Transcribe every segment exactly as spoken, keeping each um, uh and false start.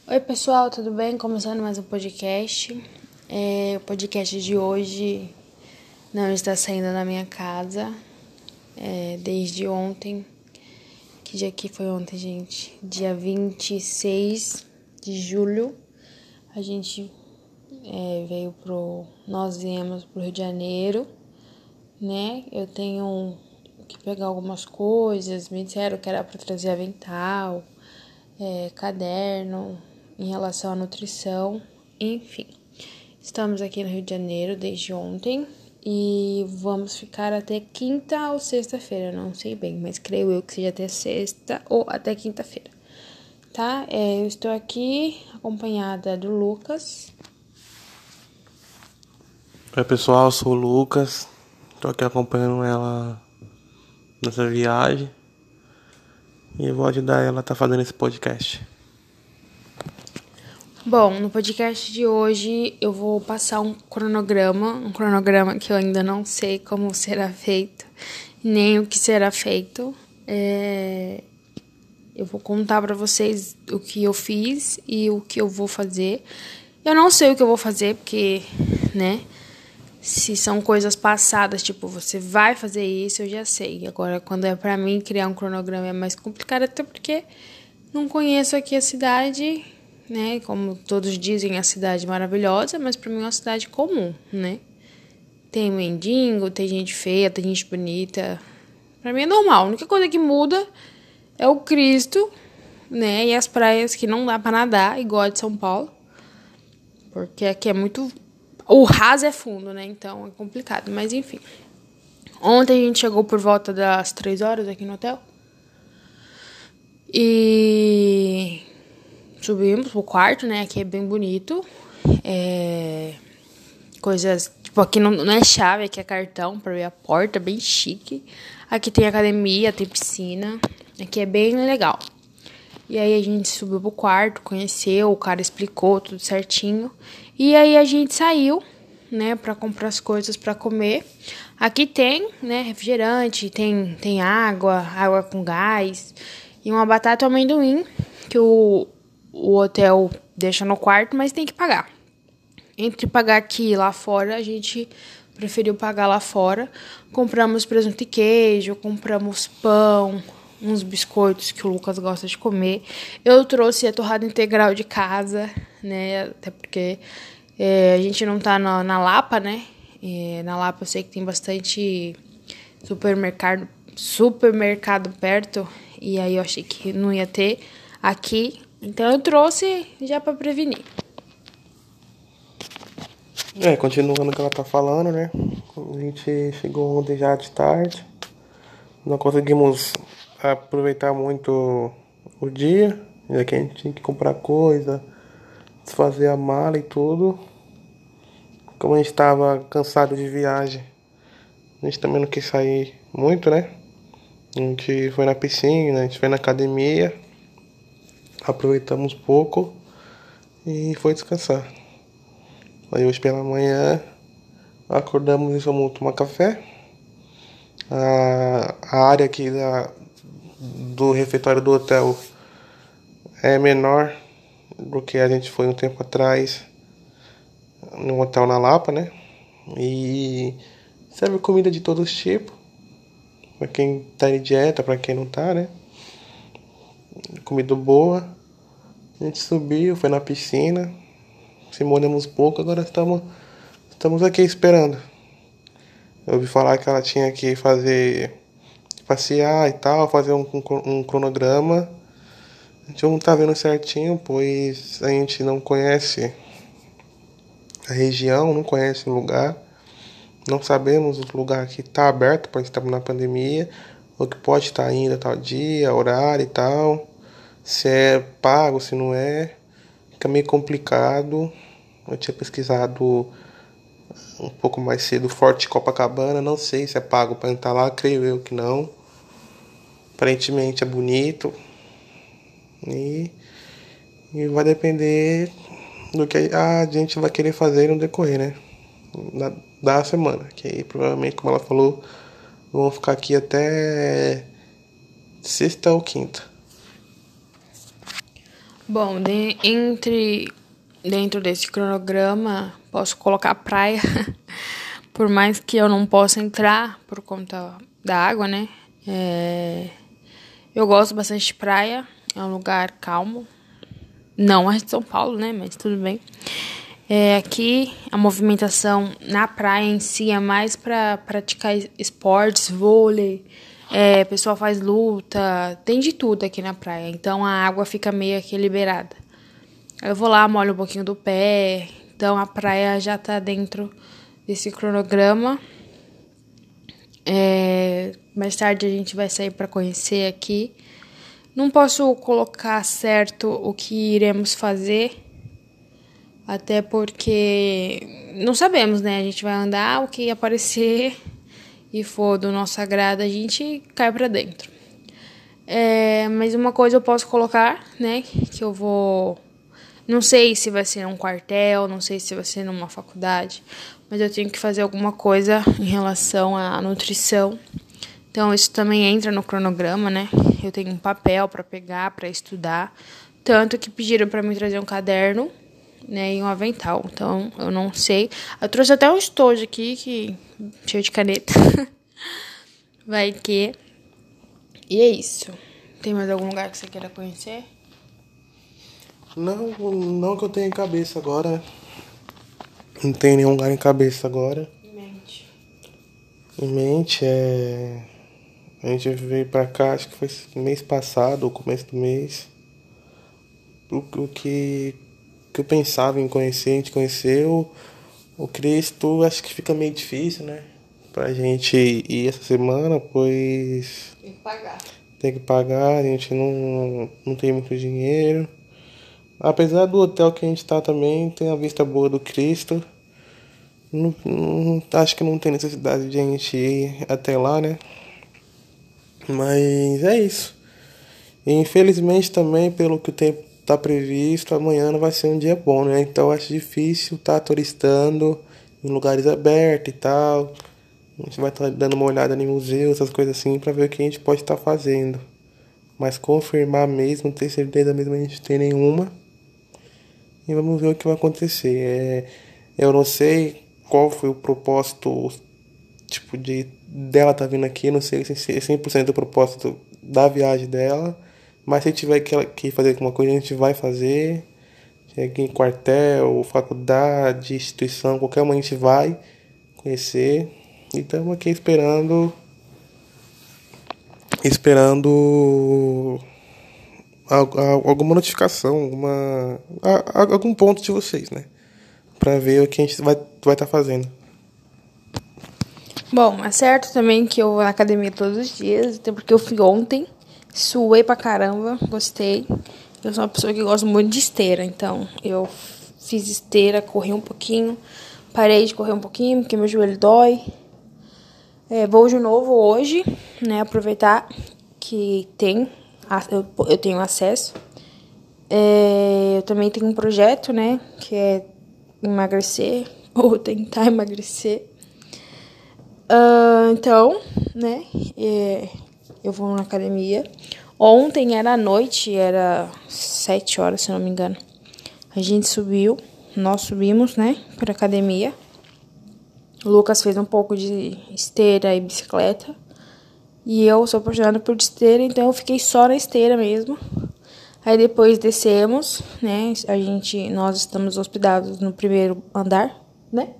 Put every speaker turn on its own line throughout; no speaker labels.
Oi pessoal, tudo bem? Começando mais um podcast. É, o podcast de hoje não está saindo da minha casa é, desde ontem. Que dia que foi ontem, gente? Dia vinte e seis de julho. A gente é, veio pro. Nós viemos pro Rio de Janeiro, né? Eu tenho que pegar algumas coisas. Me disseram que era para trazer avental, é, caderno em relação à nutrição, enfim. Estamos aqui no Rio de Janeiro desde ontem e vamos ficar até quinta ou sexta-feira, não sei bem, mas creio eu que seja até sexta ou até quinta-feira, tá? É, eu estou aqui acompanhada do Lucas.
Oi pessoal, eu sou o Lucas, tô aqui acompanhando ela nessa viagem e vou ajudar ela a tá fazendo esse podcast.
Bom, no podcast de hoje eu vou passar um cronograma, um cronograma que eu ainda não sei como será feito, nem o que será feito. É... Eu vou contar pra vocês o que eu fiz e o que eu vou fazer. Eu não sei o que eu vou fazer, porque, né, se são coisas passadas, tipo, você vai fazer isso, eu já sei. Agora, quando é pra mim criar um cronograma é mais complicado, até porque não conheço aqui a cidade, né? Como todos dizem, a cidade maravilhosa, mas pra mim é uma cidade comum, né? Tem mendigo, tem gente feia, tem gente bonita. Pra mim é normal. A única coisa que muda é o Cristo, né? E as praias que não dá pra nadar, igual a de São Paulo. Porque aqui é muito... O raso é fundo, né? Então é complicado. Mas enfim. Ontem a gente chegou por volta das três horas aqui no hotel. E subimos pro quarto, né? Aqui é bem bonito. É... Coisas... Tipo, aqui não, não é chave, aqui é cartão pra ver a porta. Bem chique. Aqui tem academia, tem piscina. Aqui é bem legal. E aí a gente subiu pro quarto, conheceu, o cara explicou tudo certinho. E aí a gente saiu, né, pra comprar as coisas pra comer. Aqui tem, né, refrigerante, tem, tem água, água com gás e uma batata e um amendoim que o, o hotel deixa no quarto, mas tem que pagar. Entre pagar aqui e lá fora, a gente preferiu pagar lá fora. Compramos presunto e queijo, compramos pão, uns biscoitos que o Lucas gosta de comer. Eu trouxe a torrada integral de casa, né? Até porque é, a gente não tá na, na Lapa, né? É, na Lapa eu sei que tem bastante supermercado, supermercado perto. E aí eu achei que não ia ter aqui. Então eu trouxe já pra prevenir.
É, continuando o que ela tá falando, né? A gente chegou ontem já de tarde, não conseguimos aproveitar muito o dia, já que a gente tinha que comprar coisa, desfazer a mala e tudo. Como a gente tava cansado de viagem, a gente também não quis sair muito, né? A gente foi na piscina, a gente foi na academia, aproveitamos pouco e foi descansar. Aí hoje pela manhã acordamos e fomos tomar café. A, a área aqui da, do refeitório do hotel é menor do que a gente foi um tempo atrás no hotel na Lapa, né? E serve comida de todos os tipos. Pra quem tá em dieta, pra quem não tá, né? Comida boa. A gente subiu, foi na piscina. Se molhamos pouco, agora estamos, estamos aqui esperando. Eu ouvi falar que ela tinha que fazer, passear e tal, fazer um, um, um cronograma. A gente não tá vendo certinho, pois a gente não conhece a região, não conhece o lugar. Não sabemos o lugar que está aberto, pois estamos na pandemia, ou que pode estar ainda tal dia, horário e tal. Se é pago, se não é. Fica meio complicado. Eu tinha pesquisado um pouco mais cedo Forte Copacabana, não sei se é pago para entrar lá, creio eu que não. Aparentemente é bonito. E, e vai depender do que a gente vai querer fazer no decorrer, né? Da, da semana. Que aí provavelmente, como ela falou, vão ficar aqui até sexta ou quinta.
Bom, de- entre dentro desse cronograma, posso colocar praia, por mais que eu não possa entrar por conta da água, né? É, eu gosto bastante de praia, é um lugar calmo. Não a de São Paulo, né? Mas tudo bem. É, aqui a movimentação na praia em si é mais para praticar esportes, vôlei, é, o pessoal faz luta, tem de tudo aqui na praia. Então a água fica meio que liberada. Eu vou lá, molho um pouquinho do pé. Então a praia já tá dentro desse cronograma. É, mais tarde a gente vai sair para conhecer aqui. Não posso colocar certo o que iremos fazer, até porque não sabemos, né? A gente vai andar, o que aparecer e for do nosso agrado, a gente cai pra dentro. É, mas uma coisa eu posso colocar, né? Que eu vou... Não sei se vai ser um quartel, não sei se vai ser numa faculdade, mas eu tenho que fazer alguma coisa em relação à nutrição. Então, isso também entra no cronograma, né? Eu tenho um papel para pegar, para estudar. Tanto que pediram para mim trazer um caderno, né, e um avental. Então, eu não sei. Eu trouxe até um estojo aqui, que cheio de caneta. Vai que... E é isso. Tem mais algum lugar que você queira conhecer?
Não, não que eu tenha em cabeça agora. Não tem nenhum lugar em cabeça agora.
Em mente.
Em mente, é... A gente veio pra cá, acho que foi mês passado, ou começo do mês. O, o que, que eu pensava em conhecer, a gente conheceu. O Cristo, acho que fica meio difícil, né? Pra gente ir essa semana, pois
Tem que pagar.
tem que pagar, a gente não, não tem muito dinheiro. Apesar do hotel que a gente tá também, tem a vista boa do Cristo. Não, não- acho que não tem necessidade de a gente ir até lá, né? Mas é isso. E, infelizmente também, pelo que o tempo tá previsto, amanhã não vai ser um dia bom, né? Então acho difícil estar turistando em lugares abertos e tal. A gente vai estar dando uma olhada em museus, essas coisas assim, pra ver o que a gente pode estar fazendo. Mas confirmar mesmo, ter certeza mesmo, a gente tem nenhuma. E vamos ver o que vai acontecer. É, eu não sei qual foi o propósito, tipo, de dela tá vindo aqui. Não sei se é cem por cento do propósito da viagem dela. Mas se tiver que, que fazer alguma coisa, a gente vai fazer. Aqui em quartel, faculdade, instituição, qualquer uma a gente vai conhecer. E estamos aqui esperando. Esperando alguma notificação, alguma, algum ponto de vocês, né? Pra ver o que a gente vai vai estar fazendo.
Bom, é certo também que eu vou na academia todos os dias, até porque eu fui ontem, suei pra caramba, gostei. Eu sou uma pessoa que gosta muito de esteira, então eu fiz esteira, corri um pouquinho, parei de correr um pouquinho porque meu joelho dói. É, vou de novo hoje, né? Aproveitar que tem, eu, eu tenho acesso. É, eu também tenho um projeto, né? Que é emagrecer ou tentar emagrecer. Uh, então, né? É, eu vou na academia. Ontem era à noite, era sete horas, se não me engano. A gente subiu, nós subimos, né? Pra academia. O Lucas fez um pouco de esteira e bicicleta. E eu sou apaixonada por esteira, então eu fiquei só na esteira mesmo. Aí depois descemos, né? A gente, nós estamos hospedados no primeiro andar, né?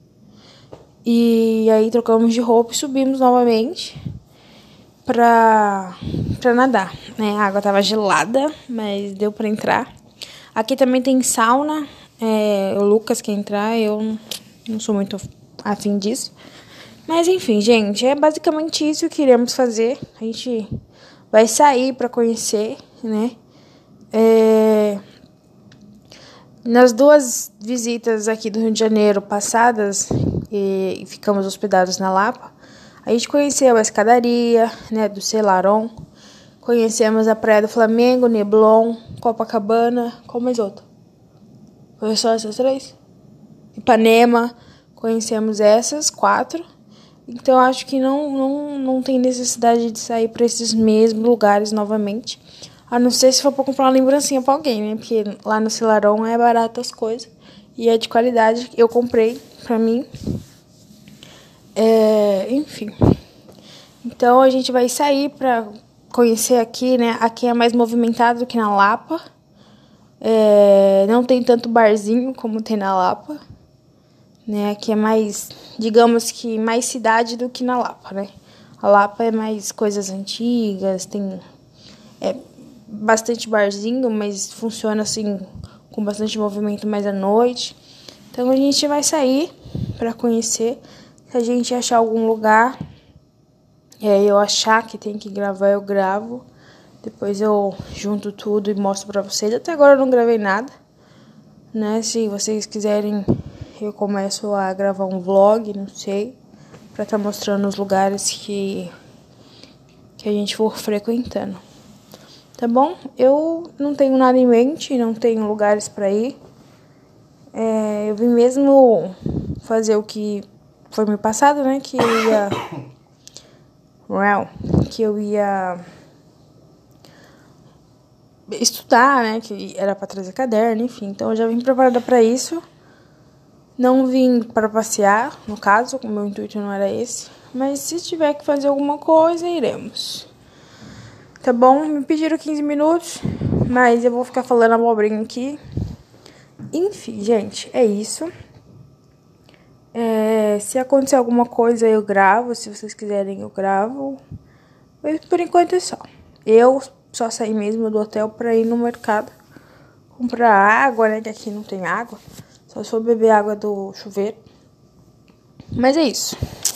E aí trocamos de roupa e subimos novamente pra, pra nadar, né? A água tava gelada, mas deu pra entrar. Aqui também tem sauna. É, o Lucas quer entrar, eu não sou muito afim disso. Mas enfim, gente, é basicamente isso que iremos fazer. A gente vai sair pra conhecer, né? É... Nas duas visitas aqui do Rio de Janeiro passadas, e ficamos hospedados na Lapa, a gente conheceu a escadaria, né, do Selarón, conhecemos a Praia do Flamengo, Neblon, Copacabana, qual mais outra? Foi só essas três? Ipanema, conhecemos essas quatro. Então, acho que não, não, não tem necessidade de sair para esses mesmos lugares novamente. A não ser se for pra comprar uma lembrancinha pra alguém, né? Porque lá no Cilarão é barato as coisas. E é de qualidade. Eu comprei pra mim. É, enfim. Então a gente vai sair pra conhecer aqui, né? Aqui é mais movimentado do que na Lapa. É, não tem tanto barzinho como tem na Lapa. Né? Aqui é mais, digamos que mais cidade do que na Lapa, né? A Lapa é mais coisas antigas, tem é, bastante barzinho, mas funciona assim com bastante movimento mais à noite. Então a gente vai sair para conhecer. Se a gente achar algum lugar, é, eu achar que tem que gravar, eu gravo. Depois eu junto tudo e mostro para vocês. Até agora eu não gravei nada, né? Se vocês quiserem, eu começo a gravar um vlog, não sei, para estar tá mostrando os lugares que que a gente for frequentando. Tá bom? Eu não tenho nada em mente, não tenho lugares para ir. É, eu vim mesmo fazer o que foi me passado, né? Que eu ia... Well, que eu ia estudar, né? Que era para trazer caderno, enfim. Então eu já vim preparada para isso. Não vim para passear, no caso, o meu intuito não era esse. Mas se tiver que fazer alguma coisa, iremos. Tá bom? Me pediram quinze minutos, mas eu vou ficar falando abobrinha aqui. Enfim, gente, é isso. É, se acontecer alguma coisa, eu gravo. Se vocês quiserem, eu gravo. Mas por enquanto é só. Eu só saí mesmo do hotel pra ir no mercado comprar água, né? Que aqui não tem água. Só se for beber água do chuveiro. Mas é isso.